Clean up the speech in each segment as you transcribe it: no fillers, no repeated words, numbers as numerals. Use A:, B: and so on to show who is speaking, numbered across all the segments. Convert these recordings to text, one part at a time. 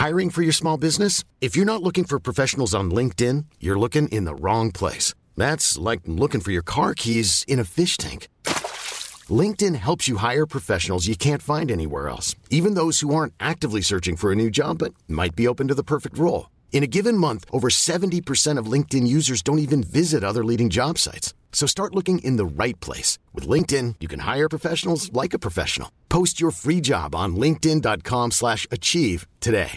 A: Hiring for your small business? If you're not looking for professionals on LinkedIn, you're looking in the wrong place. That's like looking for your car keys in a fish tank. LinkedIn helps you hire professionals you can't find anywhere else, even those who aren't actively searching for a new job but might be open to the perfect role. In a given month, over 70% of LinkedIn users don't even visit other leading job sites. So start looking in the right place. With LinkedIn, you can hire professionals like a professional. Post your free job on linkedin.com/achieve today.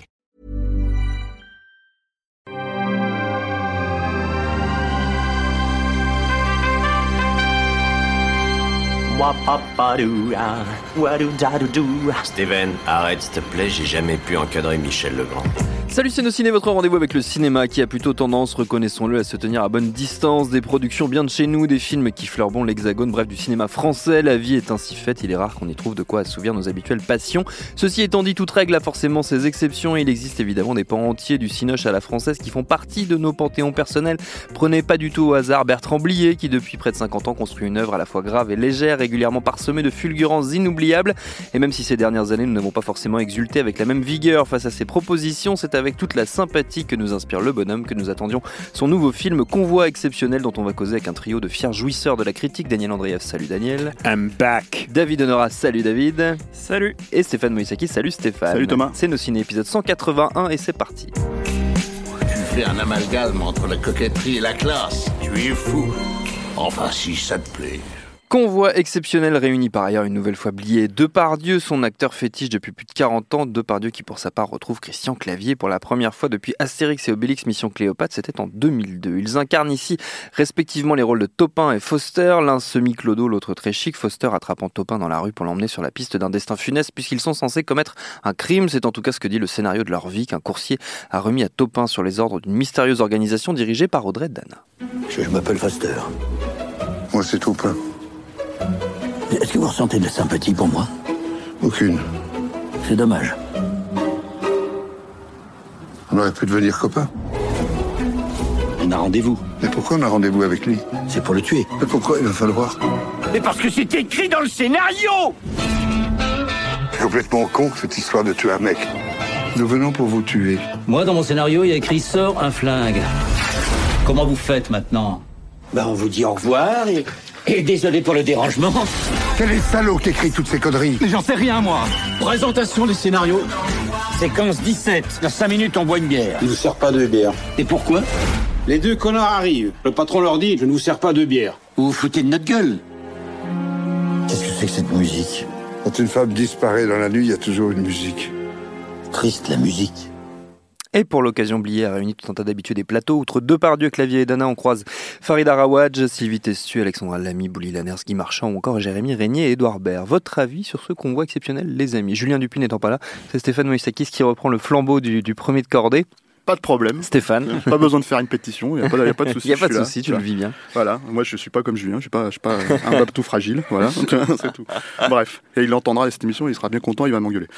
B: Steven, arrête s'il te plaît, j'ai jamais pu encadrer Michel Legrand.
C: Salut c'est nos ciné, votre rendez-vous avec le cinéma qui a plutôt tendance, reconnaissons-le, à se tenir à bonne distance, des productions bien de chez nous, des films qui fleurent bon l'hexagone, bref du cinéma français. La vie est ainsi faite, il est rare qu'on y trouve de quoi assouvir nos habituelles passions. Ceci étant dit, toute règle a forcément ses exceptions et il existe évidemment des pans entiers du cinoche à la française qui font partie de nos panthéons personnels. Prenez pas du tout au hasard Bertrand Blier qui depuis près de 50 ans construit une œuvre à la fois grave et légère, régulièrement parsemée de fulgurances inoubliables. Et même si ces dernières années nous n'avons pas forcément exulté avec la même vigueur face à ses propositions, c'est avec toute la sympathie que nous inspire le bonhomme que nous attendions son nouveau film Convoi exceptionnel dont on va causer avec un trio de fiers jouisseurs de la critique. Daniel Andreev, salut Daniel.
D: I'm back.
C: David Honora, salut David.
D: Salut.
C: Et Stéphane Moïsaki, salut Stéphane.
D: Salut Thomas.
C: C'est nos ciné épisode 181 et c'est parti.
E: Tu fais un amalgame entre la coquetterie et la classe. Tu es fou. Enfin, si ça te plaît.
C: Convoi exceptionnel réunit par ailleurs une nouvelle fois Blier Depardieu, son acteur fétiche depuis plus de 40 ans. Depardieu qui pour sa part retrouve Christian Clavier pour la première fois depuis Astérix et Obélix Mission Cléopâtre, c'était en 2002. Ils incarnent ici respectivement les rôles de Topin et Foster, l'un semi-clodo, l'autre très chic, Foster attrapant Topin dans la rue pour l'emmener sur la piste d'un destin funeste puisqu'ils sont censés commettre un crime. C'est en tout cas ce que dit le scénario de leur vie qu'un coursier a remis à Topin sur les ordres d'une mystérieuse organisation dirigée par Audrey Dana.
F: Je m'appelle Foster.
G: Moi c'est Topin.
F: Est-ce que vous ressentez de la sympathie pour moi ?
G: Aucune.
F: C'est dommage.
G: On aurait pu devenir copains.
F: On a rendez-vous.
G: Mais pourquoi on a rendez-vous avec lui ?
F: C'est pour le tuer.
G: Mais pourquoi il va falloir ?
E: Mais parce que c'est écrit dans le scénario.
G: C'est complètement con cette histoire de tuer un mec. Nous venons pour vous tuer.
H: Moi, dans mon scénario, il y a écrit « Sors un flingue ». Comment vous faites maintenant ?
F: On vous dit au revoir et désolé pour le dérangement.
G: Quel est le salaud qui écrit toutes ces conneries ?
H: Mais j'en sais rien, moi. Présentation du scénario.
F: Séquence 17.
E: Dans 5 minutes, on boit une bière.
F: Je ne vous sers pas de bière. Et pourquoi ?
I: Les deux connards arrivent. Le patron leur dit « Je ne vous sers pas de bière ».
F: Vous vous foutez de notre gueule. Qu'est-ce que c'est que cette musique ?
G: Quand une femme disparaît dans la nuit, il y a toujours une musique.
F: Triste, la musique.
C: Et pour l'occasion, Blier a réuni tout un tas d'habitués des plateaux. Outre Depardieu, Clavier et Dana, on croise Farid Arawaj, Sylvie Testu, Alexandra Lamy, Bouli Lanners, Guy Marchand ou encore Jérémy Régnier et Édouard Baird. Votre avis sur ce convoi exceptionnel, les amis ? Julien Dupuis n'étant pas là, c'est Stéphane Moïsakis qui reprend le flambeau du premier de cordée.
D: Pas de problème.
C: Stéphane.
D: Pas besoin de faire une pétition, il n'y a pas de souci.
C: Il n'y a pas de souci, tu le vis bien.
D: Voilà, moi je suis pas comme Julien, je suis pas un bab tout fragile, voilà, c'est tout. Bref, et il entendra cette émission, il sera bien content, il va m'engueuler.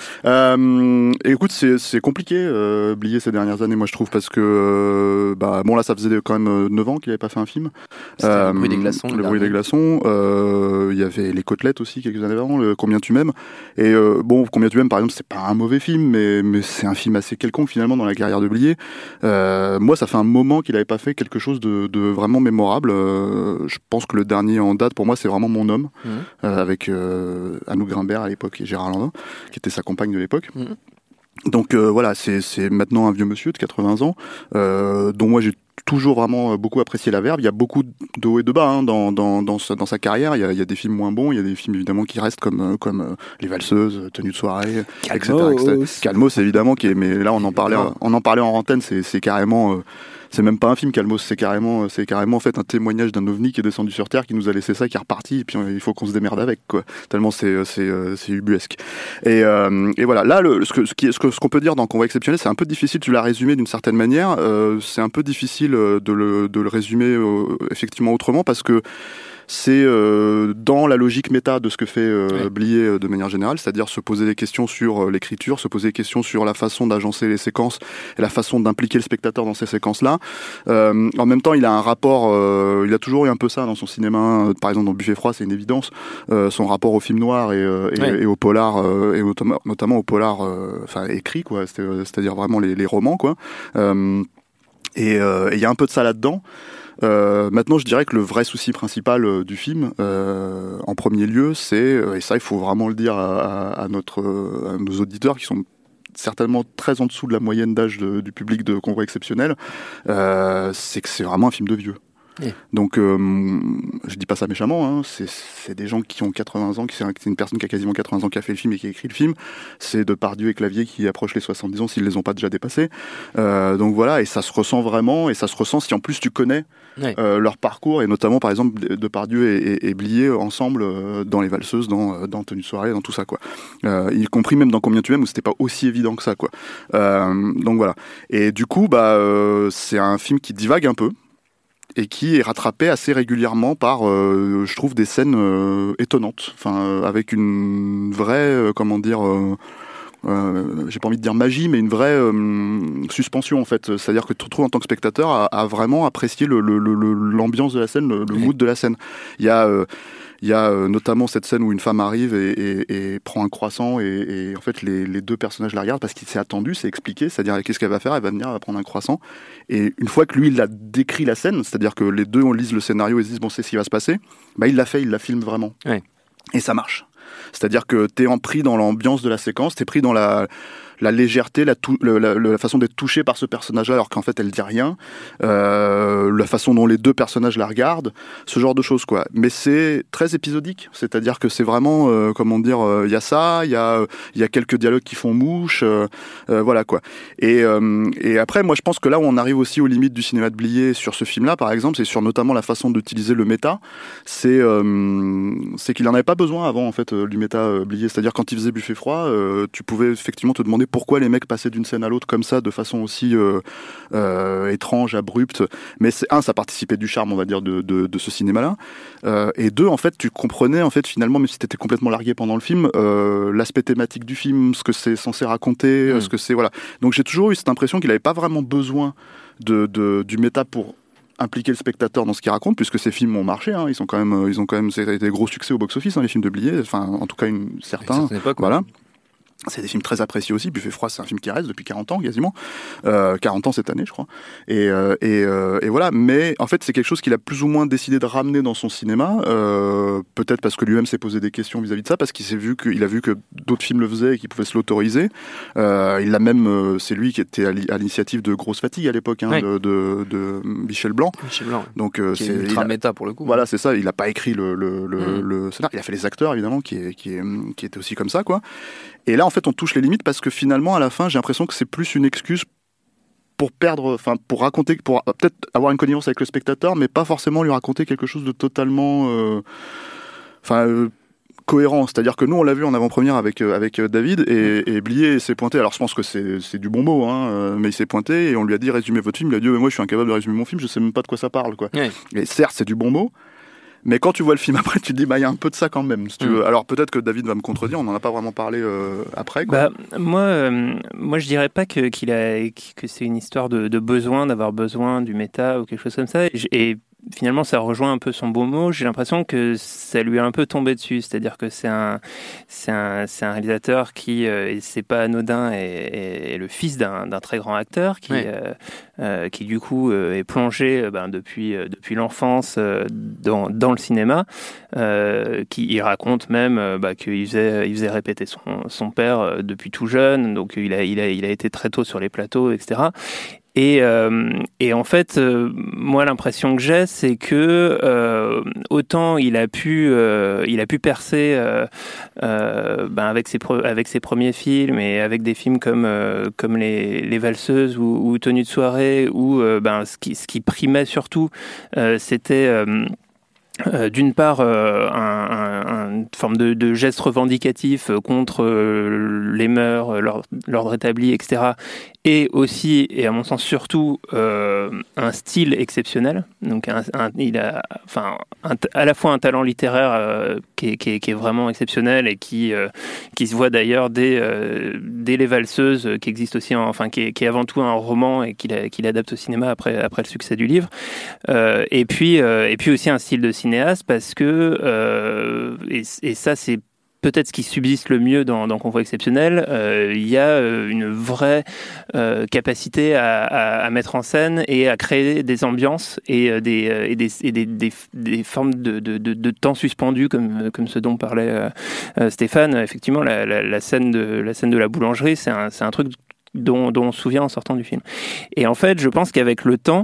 D: Et écoute, c'est compliqué, Blier ces dernières années, moi je trouve, parce que, bon là ça faisait quand même 9 ans qu'il n'avait pas fait un film.
C: C'était Le bruit des glaçons.
D: Le bruit des glaçons, il y avait Les Côtelettes aussi, quelques années avant, Combien tu m'aimes. Et Combien tu m'aimes par exemple, c'est pas un mauvais film, mais c'est un film assez quelconque finalement dans la carrière de Blier. Moi, ça fait un moment qu'il n'avait pas fait quelque chose de vraiment mémorable. Je pense que le dernier en date, pour moi, c'est vraiment Mon Homme, avec Anouk Grimbert à l'époque et Gérard Lanvin, qui était sa compagne de l'époque. Donc voilà, c'est maintenant un vieux monsieur de 80 ans, dont moi j'ai toujours vraiment beaucoup apprécié la verve. Il y a beaucoup de hauts et de bas dans sa carrière. Il y a des films moins bons, il y a des films évidemment qui restent comme Les Valseuses, Tenue de soirée,
C: Calmos.
D: etc. Calmos évidemment, mais là on en parlait en antenne, c'est carrément... C'est même pas un film, Calmos, c'est carrément en fait un témoignage d'un ovni qui est descendu sur Terre, qui nous a laissé ça, qui est reparti, et puis il faut qu'on se démerde avec, quoi. Tellement c'est ubuesque. Et voilà. Là, ce qu'on peut dire dans Convoi exceptionnel, c'est un peu difficile, tu l'as résumé d'une certaine manière. C'est un peu difficile de le résumer effectivement autrement, parce que c'est dans la logique méta de ce que fait Blier de manière générale, c'est-à-dire se poser des questions sur l'écriture, se poser des questions sur la façon d'agencer les séquences et la façon d'impliquer le spectateur dans ces séquences-là. En même temps, il a un rapport, il a toujours eu un peu ça dans son cinéma, par exemple dans Buffet froid, c'est une évidence, son rapport au film noir et au polar, et notamment au polar écrit, quoi, c'est-à-dire vraiment les romans, quoi. Et il y a un peu de ça là-dedans. Maintenant, je dirais que le vrai souci principal du film, en premier lieu, c'est, et ça il faut vraiment le dire à nos auditeurs qui sont certainement très en dessous de la moyenne d'âge du public de Convoi exceptionnel, c'est que c'est vraiment un film de vieux. Oui. Donc, je dis pas ça méchamment, hein, c'est des gens qui ont 80 ans, c'est une personne qui a quasiment 80 ans qui a fait le film et qui a écrit le film. C'est Depardieu et Clavier qui approchent les 70 ans s'ils les ont pas déjà dépassés. Donc voilà, et ça se ressent vraiment, et ça se ressent si en plus tu connais leur parcours, et notamment par exemple Depardieu et Blier ensemble dans Les Valseuses, dans Tenue de soirée, dans tout ça, quoi. Y compris même dans Combien tu m'aimes, où c'était pas aussi évident que ça, quoi. Donc voilà. Et du coup, c'est un film qui divague un peu, et qui est rattrapé assez régulièrement par, je trouve, des scènes étonnantes, avec une vraie, j'ai pas envie de dire magie, mais une vraie suspension, en fait. C'est-à-dire que tu te retrouves en tant que spectateur à vraiment apprécier l'ambiance de la scène, le mood de la scène. Il y a notamment cette scène où une femme arrive et prend un croissant, et en fait les deux personnages la regardent parce qu'il s'est attendu, c'est expliqué, c'est-à-dire qu'est-ce qu'elle va faire, elle va venir, elle va prendre un croissant, et une fois que lui il a décrit la scène, c'est-à-dire que les deux lisent le scénario et se disent bon, c'est ce qui va se passer, il l'a fait, il la filme vraiment, et ça marche. C'est-à-dire que t'es pris dans l'ambiance de la séquence, t'es pris dans la légèreté, la façon d'être touché par ce personnage-là alors qu'en fait elle dit rien, la façon dont les deux personnages la regardent, ce genre de choses, quoi. Mais c'est très épisodique, c'est-à-dire que c'est vraiment, il y a ça, il y a quelques dialogues qui font mouche, voilà, quoi. Et après, moi je pense que là où on arrive aussi aux limites du cinéma de Blier sur ce film-là, par exemple, c'est sur notamment la façon d'utiliser le méta, c'est qu'il n'en avait pas besoin avant, en fait, du méta Blier. C'est-à-dire quand il faisait Buffet froid, tu pouvais effectivement te demander pourquoi les mecs passaient d'une scène à l'autre comme ça, de façon aussi étrange, abrupte. Mais ça participait du charme, on va dire, de ce cinéma-là. Et deux, en fait, tu comprenais, en fait, finalement, même si t'étais complètement largué pendant le film, l'aspect thématique du film, ce que c'est censé raconter, ce que c'est, voilà. Donc j'ai toujours eu cette impression qu'il n'avait pas vraiment besoin du méta pour impliquer le spectateur dans ce qu'il raconte, puisque ces films ont marché, hein, ils ont quand même été des gros succès au box-office, hein, les films de Blier, en tout cas certains, voilà. C'est des films très appréciés aussi. Buffet froid, c'est un film qui reste depuis 40 ans quasiment. 40 ans cette année, je crois. Et voilà. Mais en fait, c'est quelque chose qu'il a plus ou moins décidé de ramener dans son cinéma. Peut-être parce que lui-même s'est posé des questions vis-à-vis de ça, parce qu'il a vu que d'autres films le faisaient et qu'il pouvait se l'autoriser. Il a même, c'est lui qui était à l'initiative de Grosse Fatigue à l'époque, hein, de Michel Blanc.
C: Michel Blanc.
D: Donc
C: c'est ultra méta pour le coup.
D: Voilà, c'est ça. Il a pas écrit le scénario. Il a fait les acteurs évidemment, qui étaient aussi comme ça, quoi. Et là, en fait, on touche les limites parce que finalement, à la fin, j'ai l'impression que c'est plus une excuse pour raconter, pour peut-être avoir une connivence avec le spectateur, mais pas forcément lui raconter quelque chose de totalement, cohérent. C'est-à-dire que nous, on l'a vu en avant-première avec David, et Blier s'est pointé. Alors, je pense que c'est du bon mot, hein, mais il s'est pointé et on lui a dit résumez votre film. Il a dit mais moi, je suis incapable de résumer mon film, je sais même pas de quoi ça parle, quoi. Ouais. Et certes, c'est du bon mot. Mais quand tu vois le film après, tu te dis, il y a un peu de ça quand même, si tu veux. Alors peut-être que David va me contredire, on n'en a pas vraiment parlé après, quoi.
J: Moi, je dirais pas que c'est une histoire de besoin, d'avoir besoin du méta ou quelque chose comme ça. Et finalement, ça rejoint un peu son beau mot. J'ai l'impression que ça lui a un peu tombé dessus. C'est-à-dire que c'est un réalisateur qui, c'est pas anodin, est le fils d'un très grand acteur qui du coup est plongé depuis l'enfance dans le cinéma. Il raconte même qu'il faisait répéter son père depuis tout jeune. Donc il a été très tôt sur les plateaux, etc. Et en fait, moi, l'impression que j'ai, c'est que autant il a pu percer avec ses premiers films et avec des films comme les Valseuses ou Tenue de soirée, où ce qui primait surtout, c'était d'une part une forme de geste revendicatif contre les mœurs, l'ordre établi, etc. et aussi, et à mon sens surtout, un style exceptionnel. Donc il a à la fois un talent littéraire qui est vraiment exceptionnel et qui se voit d'ailleurs dès Les Valseuses, qui existe aussi, qui est avant tout un roman et qu'il adapte au cinéma après le succès du livre. Et puis aussi un style de cinéaste, parce que et ça c'est peut-être ce qui subsiste le mieux dans Convoi exceptionnel, il y a une vraie capacité à mettre en scène et à créer des ambiances et des formes de temps suspendu, comme ce dont parlait Stéphane. Effectivement, la scène de la boulangerie, c'est un truc dont on se souvient en sortant du film. Et en fait, je pense qu'avec le temps,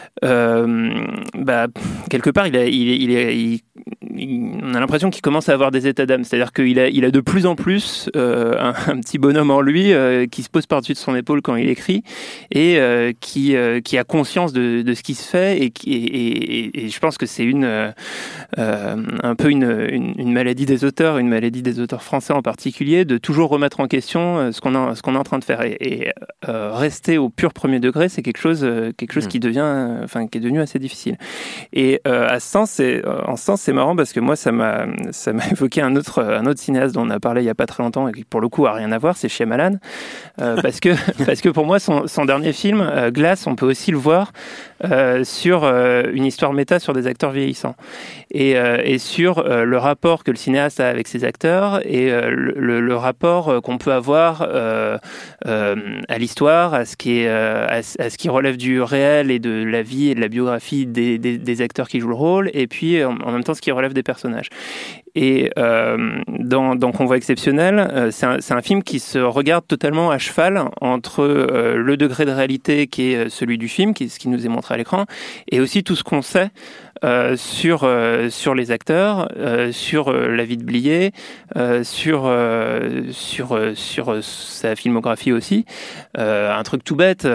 J: quelque part, on a l'impression qu'il commence à avoir des états d'âme. C'est-à-dire qu'il a de plus en plus un petit bonhomme en lui qui se pose par-dessus de son épaule quand il écrit et qui a conscience de ce qui se fait et je pense que c'est un peu une maladie des auteurs français en particulier, de toujours remettre en question ce qu'on est en train de faire et rester au pur premier degré, c'est quelque chose qui est devenu assez difficile. Et en ce sens, c'est marrant parce que moi, ça m'a évoqué un autre cinéaste dont on a parlé il y a pas très longtemps et qui pour le coup a rien à voir, c'est Shyamalan, parce que pour moi, son dernier film, Glass, on peut aussi le voir sur une histoire méta sur des acteurs vieillissants et sur le rapport que le cinéaste a avec ses acteurs et le rapport qu'on peut avoir à l'histoire, à ce qui relève du réel et de la vie et de la biographie des acteurs qui jouent le rôle, et puis en même temps ce qui relève des personnages. Et dans Convoi exceptionnel, c'est un film qui se regarde totalement à cheval entre le degré de réalité qui est celui du film, qui est ce qui nous est montré à l'écran, et aussi tout ce qu'on sait sur les acteurs, sur la vie de Blier, sur sa filmographie aussi. Un truc tout bête.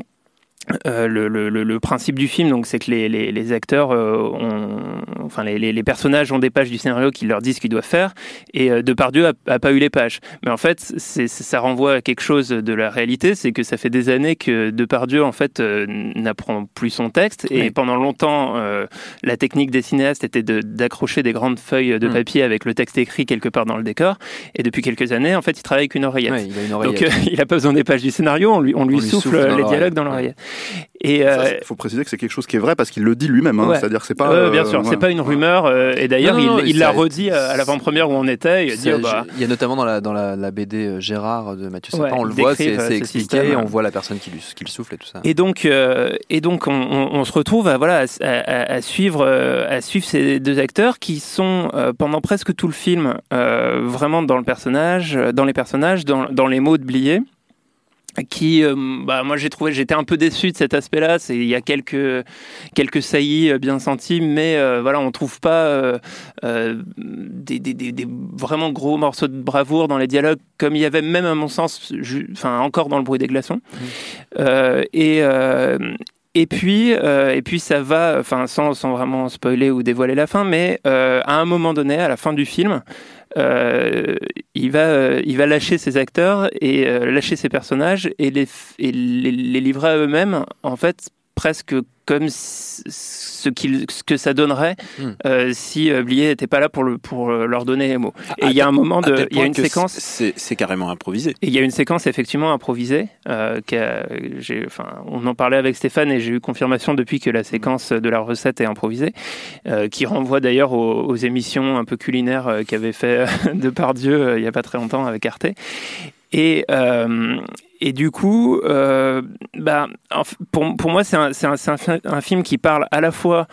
J: Le principe du film, donc, c'est que les acteurs les personnages ont des pages du scénario qui leur disent ce qu'ils doivent faire, et Depardieu a pas eu les pages. Mais en fait, ça renvoie à quelque chose de la réalité, c'est que ça fait des années que Depardieu en fait n'apprend plus son texte, et pendant longtemps la technique des cinéastes était d'accrocher des grandes feuilles de papier avec le texte écrit quelque part dans le décor, et depuis quelques années en fait il travaille avec une oreillette.
C: Ouais, il a une oreillette.
J: Donc il a pas besoin des pages du scénario, on lui souffle les dialogues dans l'oreillette. Et
D: il faut préciser que c'est quelque chose qui est vrai parce qu'il le dit lui-même, hein, c'est-à-dire que c'est pas
J: bien sûr, c'est pas une rumeur, et d'ailleurs il l'a redit à l'avant-première où on était, il
C: y a notamment dans la BD Gérard de Mathieu Sapin, on le voit, c'est expliqué, on voit la personne qui le souffle et tout ça.
J: Et donc on se retrouve à suivre ces deux acteurs qui sont pendant presque tout le film vraiment dans les personnages, dans les mots de Blier, qui moi j'étais un peu déçu de cet aspect-là. Il y a quelques saillies bien senties, mais on trouve pas des vraiment gros morceaux de bravoure dans les dialogues, comme il y avait même à mon sens encore dans Le bruit des glaçons. Et puis ça va, sans vraiment spoiler ou dévoiler la fin, mais à un moment donné, à la fin du film, il va lâcher ses acteurs et lâcher ses personnages et les livrer à eux-mêmes, en fait, presque comme ce que ça donnerait si Blier n'était pas là pour leur donner les mots. Et il y a un moment il y a une séquence,
K: c'est carrément improvisé.
J: Et il y a une séquence effectivement improvisée on en parlait avec Stéphane et j'ai eu confirmation depuis que la séquence de la recette est improvisée, qui renvoie d'ailleurs aux émissions un peu culinaires qu'avait fait Depardieu il y a pas très longtemps avec Arte. Et du coup, pour moi, c'est un film qui parle à la fois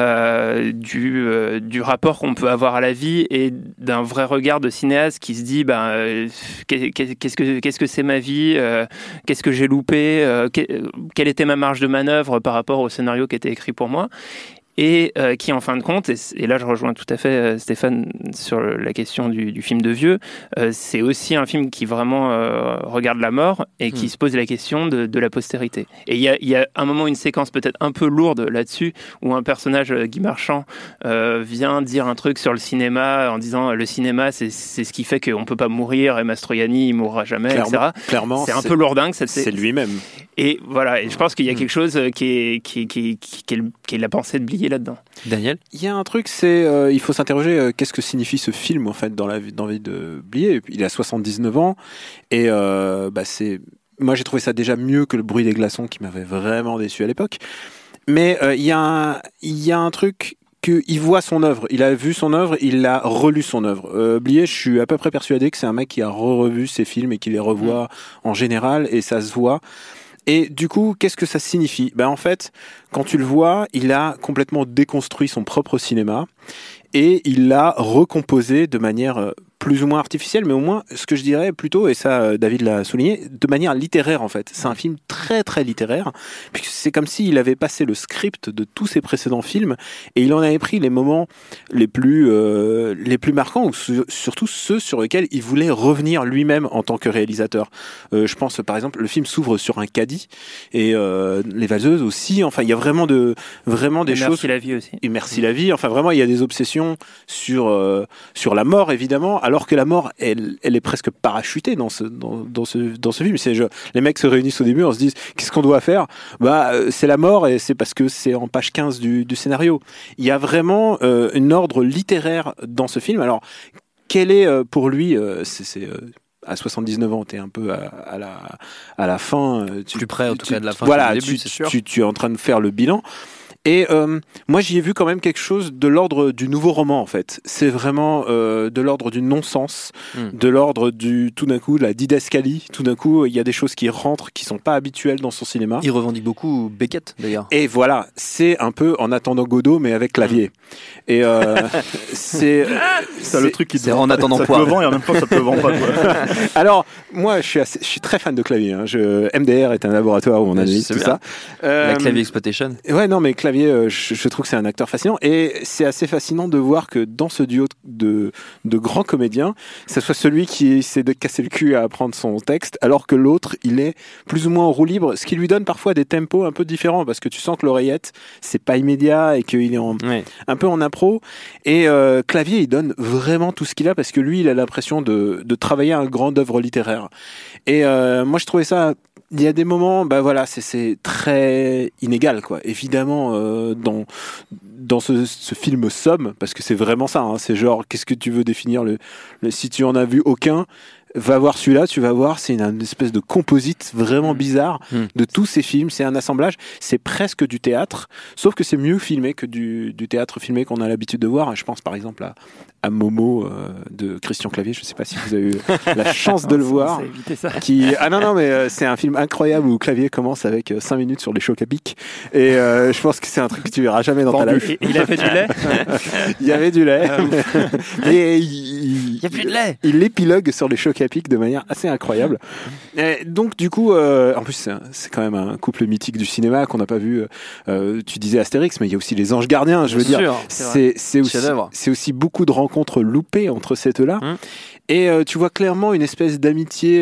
J: du rapport qu'on peut avoir à la vie et d'un vrai regard de cinéaste qui se dit qu'est-ce que c'est ma vie, qu'est-ce que j'ai loupé, quelle était ma marge de manœuvre par rapport au scénario qui était écrit pour moi. et qui en fin de compte, et là je rejoins tout à fait Stéphane sur la question du film de vieux, c'est aussi un film qui vraiment regarde la mort et qui se pose la question de la postérité. Et il y a un moment, une séquence peut-être un peu lourde là-dessus, où un personnage, Guy Marchand, vient dire un truc sur le cinéma en disant le cinéma c'est ce qui fait qu'on peut pas mourir et Mastroianni il mourra jamais, etc.
K: Clairement,
J: c'est un peu lourdingue.
K: C'est lui-même.
J: Et voilà, et je pense qu'il y a quelque chose qui est la pensée de Blier là-dedans.
C: Daniel ?
K: Il y a un truc, c'est il faut s'interroger qu'est-ce que signifie ce film en fait dans la vie de Blier. Il a 79 ans et c'est moi j'ai trouvé ça déjà mieux que Le bruit des glaçons qui m'avait vraiment déçu à l'époque. Mais il y a un truc qu'il voit son œuvre, il a vu son œuvre, il a relu son œuvre. Blier, je suis à peu près persuadé que c'est un mec qui a revu ses films et qui les revoit en général et ça se voit. Et du coup, qu'est-ce que ça signifie ? En fait, quand tu le vois, il a complètement déconstruit son propre cinéma et il l'a recomposé de manière plus ou moins artificielle, mais au moins, ce que je dirais plutôt, et ça David l'a souligné, de manière littéraire en fait. C'est un film très très littéraire, puisque c'est comme s'il avait passé le script de tous ses précédents films et il en avait pris les moments les plus marquants, ou surtout ceux sur lesquels il voulait revenir lui-même en tant que réalisateur. Je pense par exemple, le film s'ouvre sur un caddie et Les Valseuses aussi. Enfin, il y a vraiment des choses.
J: Merci la vie aussi.
K: Et Merci la vie. Enfin, vraiment, il y a des obsessions sur la mort évidemment. Alors que la mort, elle est presque parachutée dans ce film. Les mecs se réunissent au début, on se dit qu'est-ce qu'on doit faire ? C'est la mort et c'est parce que c'est en page 15 du scénario. Il y a vraiment un ordre littéraire dans ce film. Alors, quel est pour lui à 79 ans, t'es un peu à la fin.
C: Plus près en tout cas de la fin.
K: Voilà,
C: du début, c'est sûr.
K: Tu es en train de faire le bilan. Et moi, j'y ai vu quand même quelque chose de l'ordre du nouveau roman, en fait. C'est vraiment de l'ordre du non-sens, de l'ordre du, tout d'un coup, la didascalie. Tout d'un coup, il y a des choses qui rentrent, qui sont pas habituelles dans son cinéma.
C: Il revendique beaucoup Beckett, d'ailleurs.
K: Et voilà, c'est un peu En attendant Godot, mais avec clavier. Et c'est
D: le truc qui
C: c'est En attendant
D: ça
C: Poire.
D: te le vend et en même temps, ça te le vend pas, quoi.
K: Alors, moi, je suis très fan de clavier. Hein. MDR est un laboratoire où on analyse tout ça.
C: La Clavier Exploitation.
K: Ouais, non, mais clavier, je trouve que c'est un acteur fascinant et c'est assez fascinant de voir que dans ce duo de grands comédiens, ça soit celui qui essaie de casser le cul à apprendre son texte, alors que l'autre, il est plus ou moins en roue libre, ce qui lui donne parfois des tempos un peu différents parce que tu sens que l'oreillette, c'est pas immédiat et qu'il est un peu en impro. Et Clavier, il donne vraiment tout ce qu'il a parce que lui, il a l'impression de travailler à une grande œuvre littéraire. Et moi, je trouvais ça. Il y a des moments, c'est très inégal, quoi. Évidemment, dans ce film Somme, parce que c'est vraiment ça, hein, c'est genre, qu'est-ce que tu veux définir si tu en as vu aucun, va voir celui-là, tu vas voir, c'est une espèce de composite vraiment bizarre de tous ces films, c'est un assemblage, c'est presque du théâtre, sauf que c'est mieux filmé que du théâtre filmé qu'on a l'habitude de voir. Je pense par exemple à Momo de Christian Clavier, je sais pas si vous avez eu la chance de le voir.
J: Ça.
K: Mais c'est un film incroyable où Clavier commence avec 5 minutes sur les chocs à pic et je pense que c'est un truc que tu verras jamais dans ta life.
J: Il a fait du lait.
K: Il y avait du lait. Et
C: il y a plus de lait.
K: Il épilogue sur les chocs à pic de manière assez incroyable. Et donc du coup, en plus c'est quand même un couple mythique du cinéma qu'on n'a pas vu. Tu disais Astérix, mais il y a aussi les Anges Gardiens. Je veux dire, c'est aussi beaucoup de rencontres loupées entre ces deux-là. Et tu vois clairement une espèce d'amitié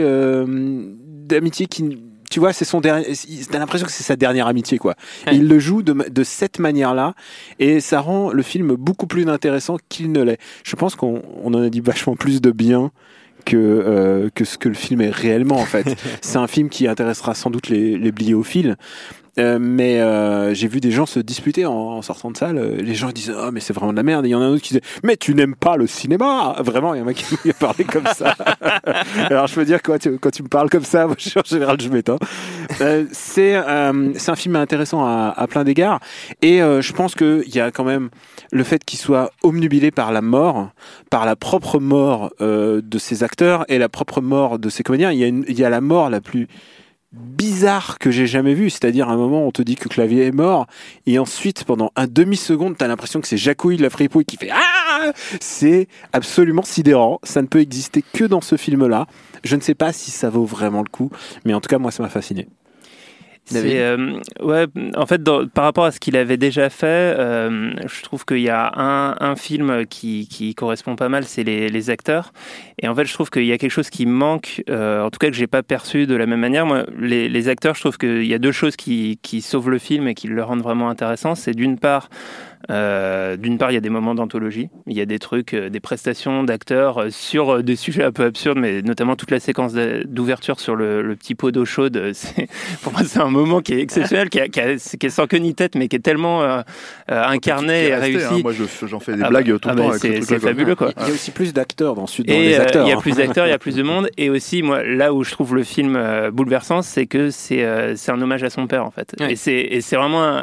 K: qui, tu vois, c'est son dernier. T'as l'impression que c'est sa dernière amitié, quoi. Et il le joue de cette manière-là, et ça rend le film beaucoup plus intéressant qu'il ne l'est. Je pense qu'on en a dit vachement plus de bien que ce que le film est réellement, en fait. C'est un film qui intéressera sans doute les bliophiles. Mais j'ai vu des gens se disputer en sortant de salle. Les gens disent mais c'est vraiment de la merde. Et il y en a un autre qui disait mais tu n'aimes pas le cinéma. Vraiment, il y a un mec qui m'a parlé comme ça. Alors je peux dire quand tu me parles comme ça, moi, en général je m'éteins. C'est un film intéressant à plein d'égards. Et je pense que il y a quand même le fait qu'il soit omnubilé par la mort, par la propre mort de ses acteurs et la propre mort de ses comédiens. Il y a la mort la plus bizarre que j'ai jamais vu, c'est-à-dire à un moment on te dit que Clavier est mort et ensuite pendant un demi-seconde t'as l'impression que c'est Jacouille la fripouille qui fait c'est absolument sidérant, ça ne peut exister que dans ce film-là. Je ne sais pas si ça vaut vraiment le coup, mais en tout cas moi ça m'a fasciné.
J: Ouais, en fait, par rapport à ce qu'il avait déjà fait, je trouve qu'il y a un film qui correspond pas mal, c'est les acteurs. Et en fait, je trouve qu'il y a quelque chose qui manque, en tout cas que j'ai pas perçu de la même manière. Moi, les acteurs, je trouve qu'il y a deux choses qui sauvent le film et qui le rendent vraiment intéressant. C'est d'une part, il y a des moments d'anthologie. Il y a des trucs, des prestations d'acteurs sur des sujets un peu absurdes, mais notamment toute la séquence d'ouverture sur le petit pot d'eau chaude. Pour moi, c'est un moment qui est exceptionnel, qui est sans queue ni tête, mais qui est tellement incarné et réussi.
D: Hein, moi, j'en fais des blagues tout le temps.
J: C'est fabuleux, quoi.
K: Il y a aussi plus d'acteurs dans
J: il y a plus d'acteurs, il y a plus de monde. Et aussi, moi, là où je trouve le film bouleversant, c'est que c'est un hommage à son père, en fait. Ouais. Et c'est vraiment...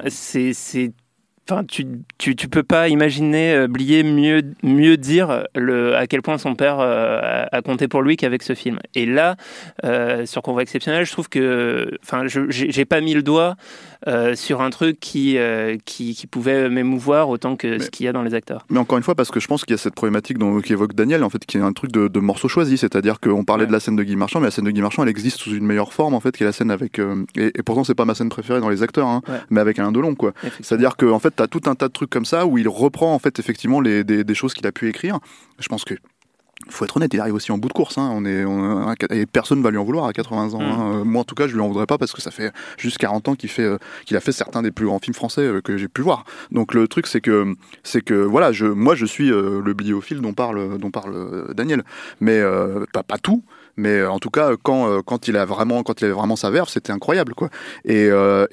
J: Enfin, tu peux pas imaginer Blier mieux dire à quel point son père a compté pour lui qu'avec ce film. Et là, sur Convoi exceptionnel, je trouve que, enfin, j'ai pas mis le doigt sur un truc qui pouvait m'émouvoir autant que ce qu'il y a dans les acteurs.
D: Mais encore une fois, parce que je pense qu'il y a cette problématique qu'évoque Daniel, en fait, qui est un truc de morceaux choisis. C'est-à-dire qu'on parlait de la scène de Guy Marchand, mais la scène de Guy Marchand, elle existe sous une meilleure forme, en fait, qui est la scène avec. Et pourtant, c'est pas ma scène préférée dans les acteurs, hein, mais avec Alain Delon, quoi. C'est-à-dire que, en fait, t'as tout un tas de trucs comme ça où il reprend, en fait, effectivement, des choses qu'il a pu écrire. Je pense que. Faut être honnête, il arrive aussi en bout de course, hein. Et personne ne va lui en vouloir à 80 ans. Hein. Moi, en tout cas, je lui en voudrais pas parce que ça fait juste 40 ans qu'il a fait certains des plus grands films français que j'ai pu voir. Donc le truc, c'est que voilà, moi, je suis le bibliophile dont parle Daniel, mais pas tout. Mais en tout cas, quand il avait vraiment sa verve, c'était incroyable, quoi. Et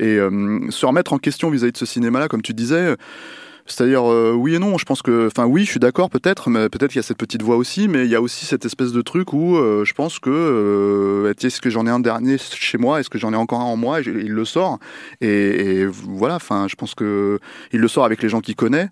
D: se remettre en question vis-à-vis de ce cinéma-là, comme tu disais. C'est-à-dire, oui et non, je pense que... Enfin, oui, je suis d'accord, peut-être, mais peut-être qu'il y a cette petite voix aussi, mais il y a aussi cette espèce de truc où je pense que... est-ce que j'en ai un dernier chez moi ? Est-ce que j'en ai encore un en moi ? Il le sort. Et voilà, enfin, je pense que il le sort avec les gens qu'il connaît.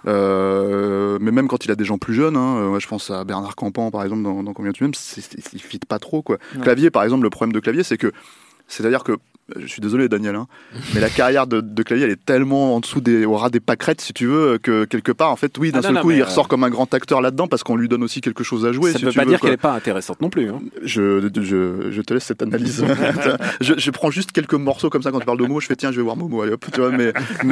D: Mais même quand il a des gens plus jeunes, hein, je pense à Bernard Campan, par exemple, dans Combien tu m'aimes, il fit pas trop, quoi. Ouais. Clavier, par exemple, le problème de Clavier, c'est-à-dire que je suis désolé Daniel, hein, mais la carrière de Clavier, elle est tellement en dessous au ras des pâquerettes, si tu veux, que quelque part, en fait, oui, d'un seul coup, il ressort comme un grand acteur là-dedans parce qu'on lui donne aussi quelque chose à jouer.
K: Ça ne veut pas dire qu'elle n'est pas intéressante non plus. Hein.
D: Je te laisse cette analyse. je prends juste quelques morceaux comme ça quand tu parles de Momo, je fais tiens, je vais voir Momo, allez hop, tu vois. Mais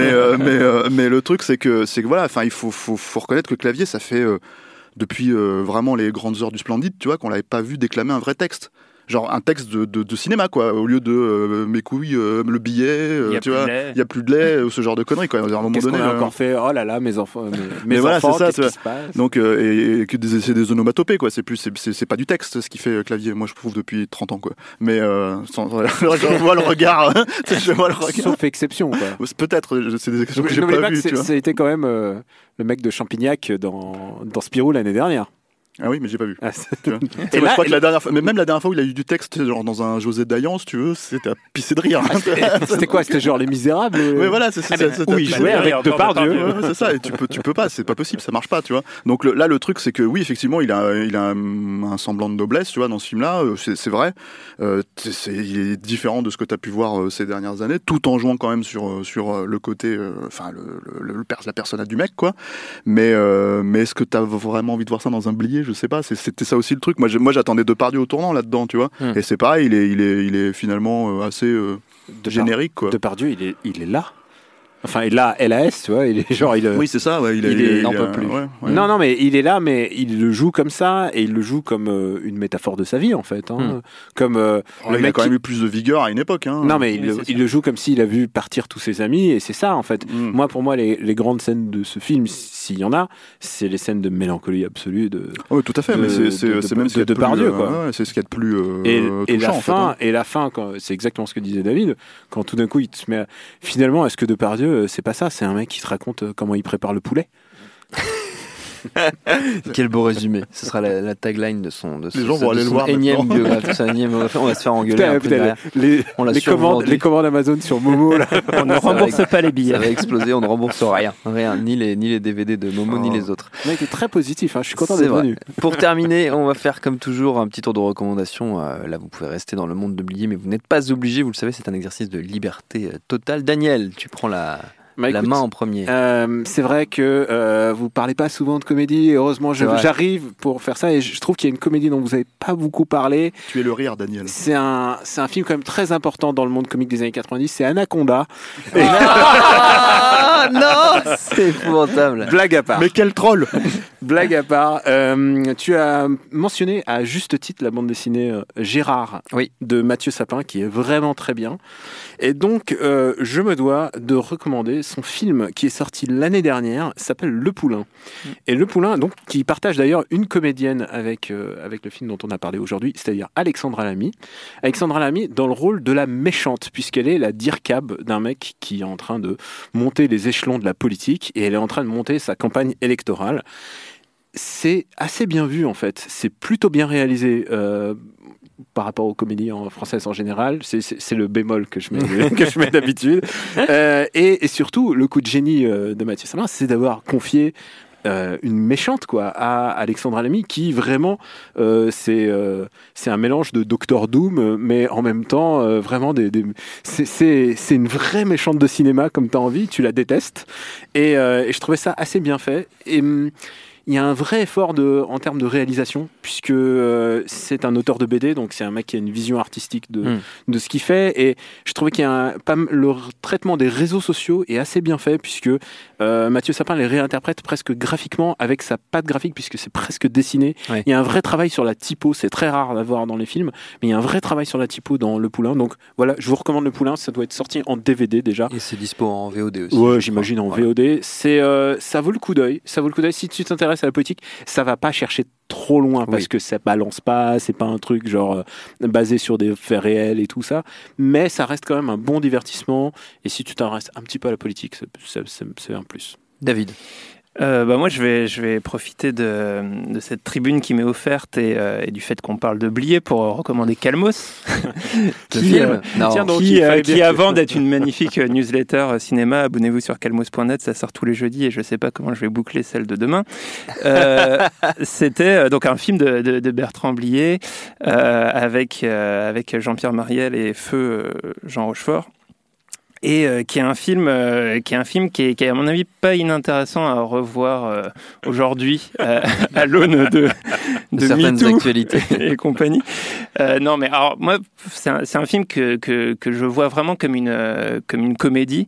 D: le truc, c'est que voilà, enfin, il faut reconnaître que Clavier, ça fait depuis vraiment les grandes heures du Splendide, tu vois, qu'on l'avait pas vu déclamer un vrai texte. Genre un texte de cinéma, quoi, au lieu de mes couilles, le billet, tu vois, il y a plus de lait, ce genre de conneries, quoi. À un moment
K: qu'est-ce
D: donné,
K: qu'on a encore fait ? Oh là là, mes enfants,
D: mais voilà,
K: enfants,
D: c'est ça,
K: qu'est-ce qui se passe ?
D: Donc et que c'est des onomatopées, quoi. C'est pas du texte ce qui fait Clavier. Moi, je trouve depuis 30 ans, quoi. Mais je vois le regard,
K: sauf exception, quoi.
D: Peut-être, c'est des exceptions que j'ai pas vues.
K: Ça a été quand même le mec de Champignac dans Spirou l'année dernière.
D: Ah oui, mais j'ai pas vu. Et là, je crois que la dernière fois, mais même la dernière fois où il a eu du texte, genre dans un José Dayan, si tu veux, c'était à pisser de rire.
K: C'était quoi ? C'était genre Les Misérables ?
D: Oui, voilà, c'est ça.
K: Où il jouait avec Depardieu.
D: Ouais, c'est ça. Et tu peux pas, c'est pas possible, ça marche pas, tu vois. Donc là, le truc, c'est que oui, effectivement, il a un semblant de noblesse, tu vois, dans ce film-là. C'est vrai. Il est différent de ce que tu as pu voir ces dernières années, tout en jouant quand même sur le côté, enfin, la personnage du mec, quoi. Mais est-ce que tu as vraiment envie de voir ça dans un Blier ? Je sais pas, c'était ça aussi le truc. Moi j'attendais Depardieu au tournant là-dedans, tu vois. Et c'est pareil, il est finalement assez générique, quoi.
K: Depardieu, il est là. Enfin, il a LAS, tu vois, il est genre...
D: Oui, c'est ça, ouais,
K: il n'en peut plus. Ouais. Non, mais il est là, mais il le joue comme ça, et il le joue comme une métaphore de sa vie, en fait. Hein. Comme le mec
D: il a quand même eu plus de vigueur à une époque. Hein.
K: Non, mais il le joue comme s'il a vu partir tous ses amis, et c'est ça, en fait. Moi, pour moi, les grandes scènes de ce film, s'il y en a, c'est les scènes de mélancolie absolue
D: oui, tout à fait, mais c'est même
K: de Depardieu, quoi.
D: C'est ce qu'il y a de plus
K: touchant, et la fin, c'est exactement ce que disait David, quand tout d'un coup, il te met... Finalement, est-ce que Depardieu, c'est pas ça, c'est un mec qui te raconte comment il prépare le poulet.
C: Quel beau résumé. Ce sera la tagline de son
D: les gens vont aller le voir
C: énième biographie. On va se faire engueuler.
K: Les commandes Amazon sur Momo, là.
J: On ne rembourse pas les billets.
C: Ça va exploser, on ne rembourse rien, ni les DVD de Momo ni les autres.
K: Le mec est très positif, je suis content d'être venu.
C: Pour terminer, on va faire comme toujours un petit tour de recommandations. Là, vous pouvez rester dans le monde de Blier, mais vous n'êtes pas obligé. Vous le savez, c'est un exercice de liberté totale. Daniel, tu prends la la main en premier.
K: C'est vrai que vous parlez pas souvent de comédie. Et heureusement, j'arrive pour faire ça. Et je trouve qu'il y a une comédie dont vous avez pas beaucoup parlé.
D: Tu es le rire, Daniel.
K: C'est un film quand même très important dans le monde comique des années 90. C'est Anaconda.
C: Non, c'est épouvantable.
K: Blague à part.
D: Mais quel troll.
K: Blague à part. Tu as mentionné à juste titre la bande dessinée Gérard de Mathieu Sapin, qui est vraiment très bien. Et donc, je me dois de recommander son film qui est sorti l'année dernière, s'appelle Le Poulain. Et Le Poulain, donc, qui partage d'ailleurs une comédienne avec le film dont on a parlé aujourd'hui, c'est-à-dire Alexandra Lamy. Alexandra Lamy dans le rôle de la méchante, puisqu'elle est la dircab d'un mec qui est en train de monter les échelons de la politique et elle est en train de monter sa campagne électorale. C'est assez bien vu, en fait. C'est plutôt bien réalisé par rapport aux comédies françaises en général. C'est le bémol que je mets d'habitude. Et surtout, le coup de génie de Mathieu Sapin, c'est d'avoir confié une méchante à Alexandra Lamy qui vraiment c'est un mélange de Doctor Doom mais en même temps vraiment c'est une vraie méchante de cinéma comme t'as envie, tu la détestes et je trouvais ça assez bien fait et il y a un vrai effort en termes de réalisation, puisque c'est un auteur de BD, donc c'est un mec qui a une vision artistique de ce qu'il fait. Et je trouvais qu'il y a le traitement des réseaux sociaux est assez bien fait, puisque Mathieu Sapin les réinterprète presque graphiquement avec sa patte graphique, puisque c'est presque dessiné. Il y a un vrai travail sur la typo, c'est très rare d'avoir dans les films, mais il y a un vrai travail sur la typo dans Le Poulain. Donc voilà, je vous recommande Le Poulain, ça doit être sorti en DVD déjà.
C: Et c'est dispo en VOD aussi.
K: Ouais, j'imagine en VOD. Ça vaut le coup d'œil. Ça vaut le coup d'œil si tu t'intéresses à la politique. Ça va pas chercher trop loin parce que ça balance pas, c'est pas un truc genre basé sur des faits réels et tout ça, mais ça reste quand même un bon divertissement et si tu t'intéresses un petit peu à la politique, c'est un plus.
C: David.
J: Moi je vais profiter de cette tribune qui m'est offerte et du fait qu'on parle de Blier pour recommander Calmos qui avant d'être une magnifique newsletter cinéma, abonnez-vous sur calmos.net, ça sort tous les jeudis et je sais pas comment je vais boucler celle de demain. C'était donc un film de Bertrand Blier avec Jean-Pierre Mariel et feu Jean Rochefort. Et qui est un film qui est à mon avis pas inintéressant à revoir aujourd'hui à l'aune de
C: certaines
J: MeToo
C: actualités
J: et compagnie. Non mais alors moi c'est un film que je vois vraiment comme une comédie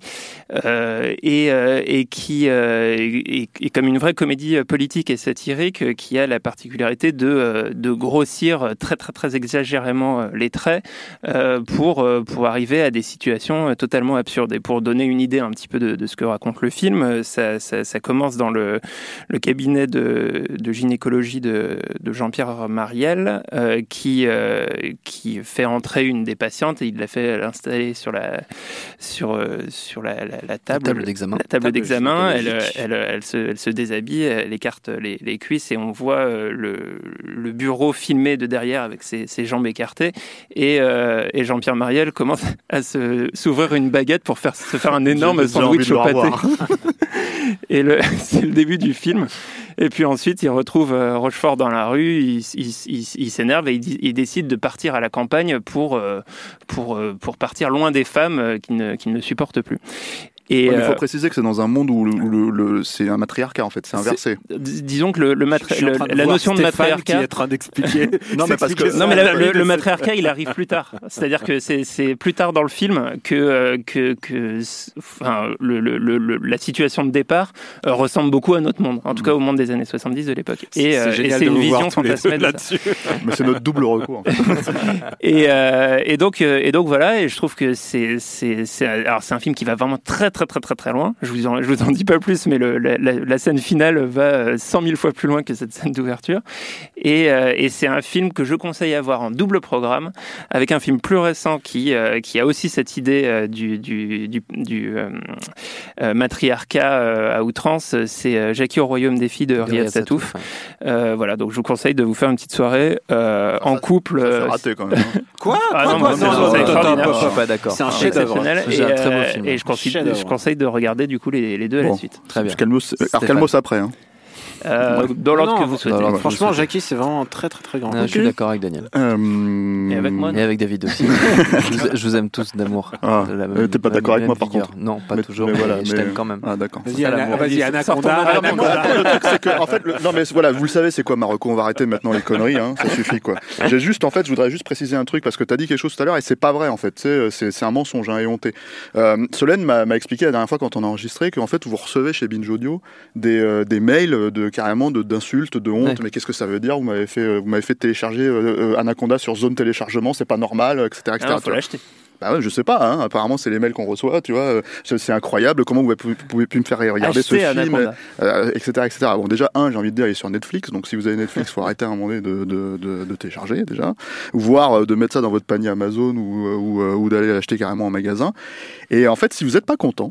J: et qui est comme une vraie comédie politique et satirique qui a la particularité de grossir très très très exagérément les traits pour arriver à des situations totalement absurde. Et pour donner une idée un petit peu de ce que raconte le film, ça commence dans le cabinet de gynécologie de Jean-Pierre Mariel qui fait entrer une des patientes et il la fait l'installer sur la table
C: d'examen.
J: La table d'examen, elle se déshabille, elle écarte les cuisses et on voit le bureau filmé de derrière avec ses jambes écartées et Jean-Pierre Mariel commence à s'ouvrir une baguette pour se faire un énorme sandwich au pâté. Et c'est le début du film. Et puis ensuite, il retrouve Rochefort dans la rue, il s'énerve et il décide de partir à la campagne pour partir loin des femmes qu'il ne supporte plus.
D: Et il faut préciser que c'est dans un monde où c'est un matriarcat en fait, c'est inversé.
J: Disons que la notion de matriarcat
K: qui est en train d'expliquer.
J: Non mais le matriarcat il arrive plus tard. C'est-à-dire que c'est plus tard dans le film que la situation de départ ressemble beaucoup à notre monde, en tout cas au monde des années 70 de l'époque. Et c'est une vision fantasmée là-dessus.
D: Mais c'est notre double recours. En
J: fait. et donc voilà, et je trouve que c'est un film qui va vraiment très loin. Je vous en dis pas plus, mais la scène finale va 100 000 fois plus loin que cette scène d'ouverture. Et c'est un film que je conseille à voir en double programme, avec un film plus récent qui a aussi cette idée du matriarcat à outrance. C'est Jackie au royaume des filles de Riyad Satouf. Voilà, donc je vous conseille de vous faire une petite soirée en couple.
D: Ça fait rater quand même.
K: Quoi?
J: Je
C: suis pas d'accord.
J: C'est un chef-d'œuvre.
C: C'est un très beau film.
J: Et je conseille de regarder du coup les deux à la suite.
C: Très bien.
D: Calmos après. Hein.
J: Dans l'ordre que vous souhaitez.
K: Franchement, Jackie, c'est vraiment très très très grand.
C: Je suis d'accord avec Daniel.
J: Et avec moi.
C: Et avec David aussi. Je vous aime tous d'amour.
D: T'es pas d'accord avec moi par contre?
C: Non, pas toujours. Mais je t'aime quand même.
D: Ah d'accord.
K: Vas-y, Anaconda.
D: Le truc c'est que en fait, non mais voilà, vous le savez, c'est quoi Marocco? On va arrêter maintenant les conneries, hein, ça suffit quoi. Je voudrais juste préciser un truc parce que t'as dit quelque chose tout à l'heure et c'est pas vrai en fait. C'est un mensonge, hein, éhonté. Solène m'a expliqué la dernière fois quand on a enregistré qu'en fait vous recevez chez Binge Audio des mails carrément d'insultes, de honte. Ouais. Mais qu'est-ce que ça veut dire? Vous m'avez fait télécharger Anaconda sur zone téléchargement, c'est pas normal, etc.
J: Ah, faut l'acheter.
D: Bah ouais, je sais pas, hein. Apparemment c'est les mails qu'on reçoit, tu vois, c'est incroyable, comment vous pouvez plus me faire regarder ce film, etc. Bon déjà, j'ai envie de dire, il est sur Netflix, donc si vous avez Netflix, faut arrêter à un moment donné de télécharger déjà, voire de mettre ça dans votre panier Amazon ou d'aller l'acheter carrément en magasin. Et en fait, si vous n'êtes pas content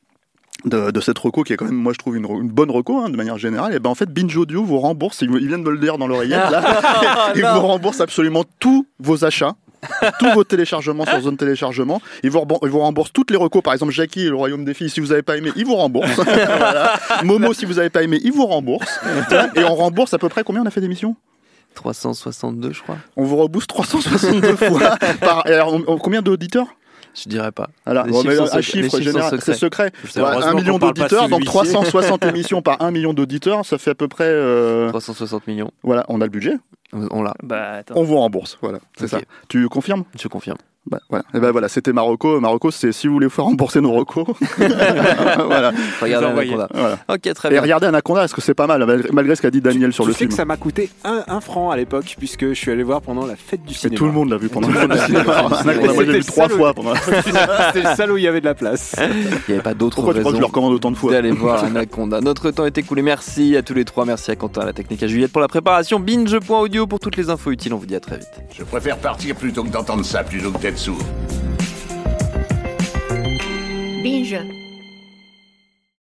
D: de cette reco qui est quand même, moi je trouve une bonne reco, hein, de manière générale, et ben en fait Binge Audio vous rembourse, ils viennent de me le dire dans l'oreillette là, ils vous remboursent absolument tous vos achats, tous vos téléchargements sur zone téléchargement, ils vous remboursent toutes les recos, par exemple Jackie et le Royaume des filles, si vous n'avez pas aimé, ils vous remboursent. Voilà. Momo, si vous n'avez pas aimé, ils vous remboursent. Et on rembourse à peu près, combien on a fait d'émissions?
C: 362 je crois.
D: On vous rebooste 362 fois combien d'auditeurs?
C: Je dirais pas.
D: Alors, un chiffre général, c'est secret. 1 million d'auditeurs, donc 360 émissions par 1 million d'auditeurs, ça fait à peu près
C: 360 millions.
D: Voilà, on a le budget.
C: On l'a.
D: On vous rembourse, voilà, c'est ça. Tu confirmes?
C: Je confirme.
D: Bah, voilà. Et ben voilà, c'était Marocco. Marocco, c'est si vous voulez faire rembourser nos recos. Voilà.
C: Regardez Anaconda.
D: Voilà.
C: Ok, très bien.
D: Et regardez Anaconda, est-ce que c'est pas mal, malgré ce qu'a dit Daniel sur le film.
K: Tu sais que ça m'a coûté 1 franc à l'époque, puisque je suis allé voir pendant la fête du cinéma.
D: Et tout le monde l'a vu pendant la fête du cinéma. Anaconda, moi, je l'ai vu 3 fois pendant la fête du cinéma.
K: C'était le salaud où il y avait de la place.
C: Il n'y avait pas d'autre
D: raison. Pourquoi tu crois que je le recommande autant de fois
C: d'aller voir Anaconda. Notre temps est écoulé. Merci à tous les trois. Merci à Quentin, à la technique, à Juliette pour la préparation. Binge.audio pour toutes les infos utiles. On vous dit à très vite.
E: Je préfère partir plutôt que d'entendre ça, plutôt que d'être sourd.
L: Binge.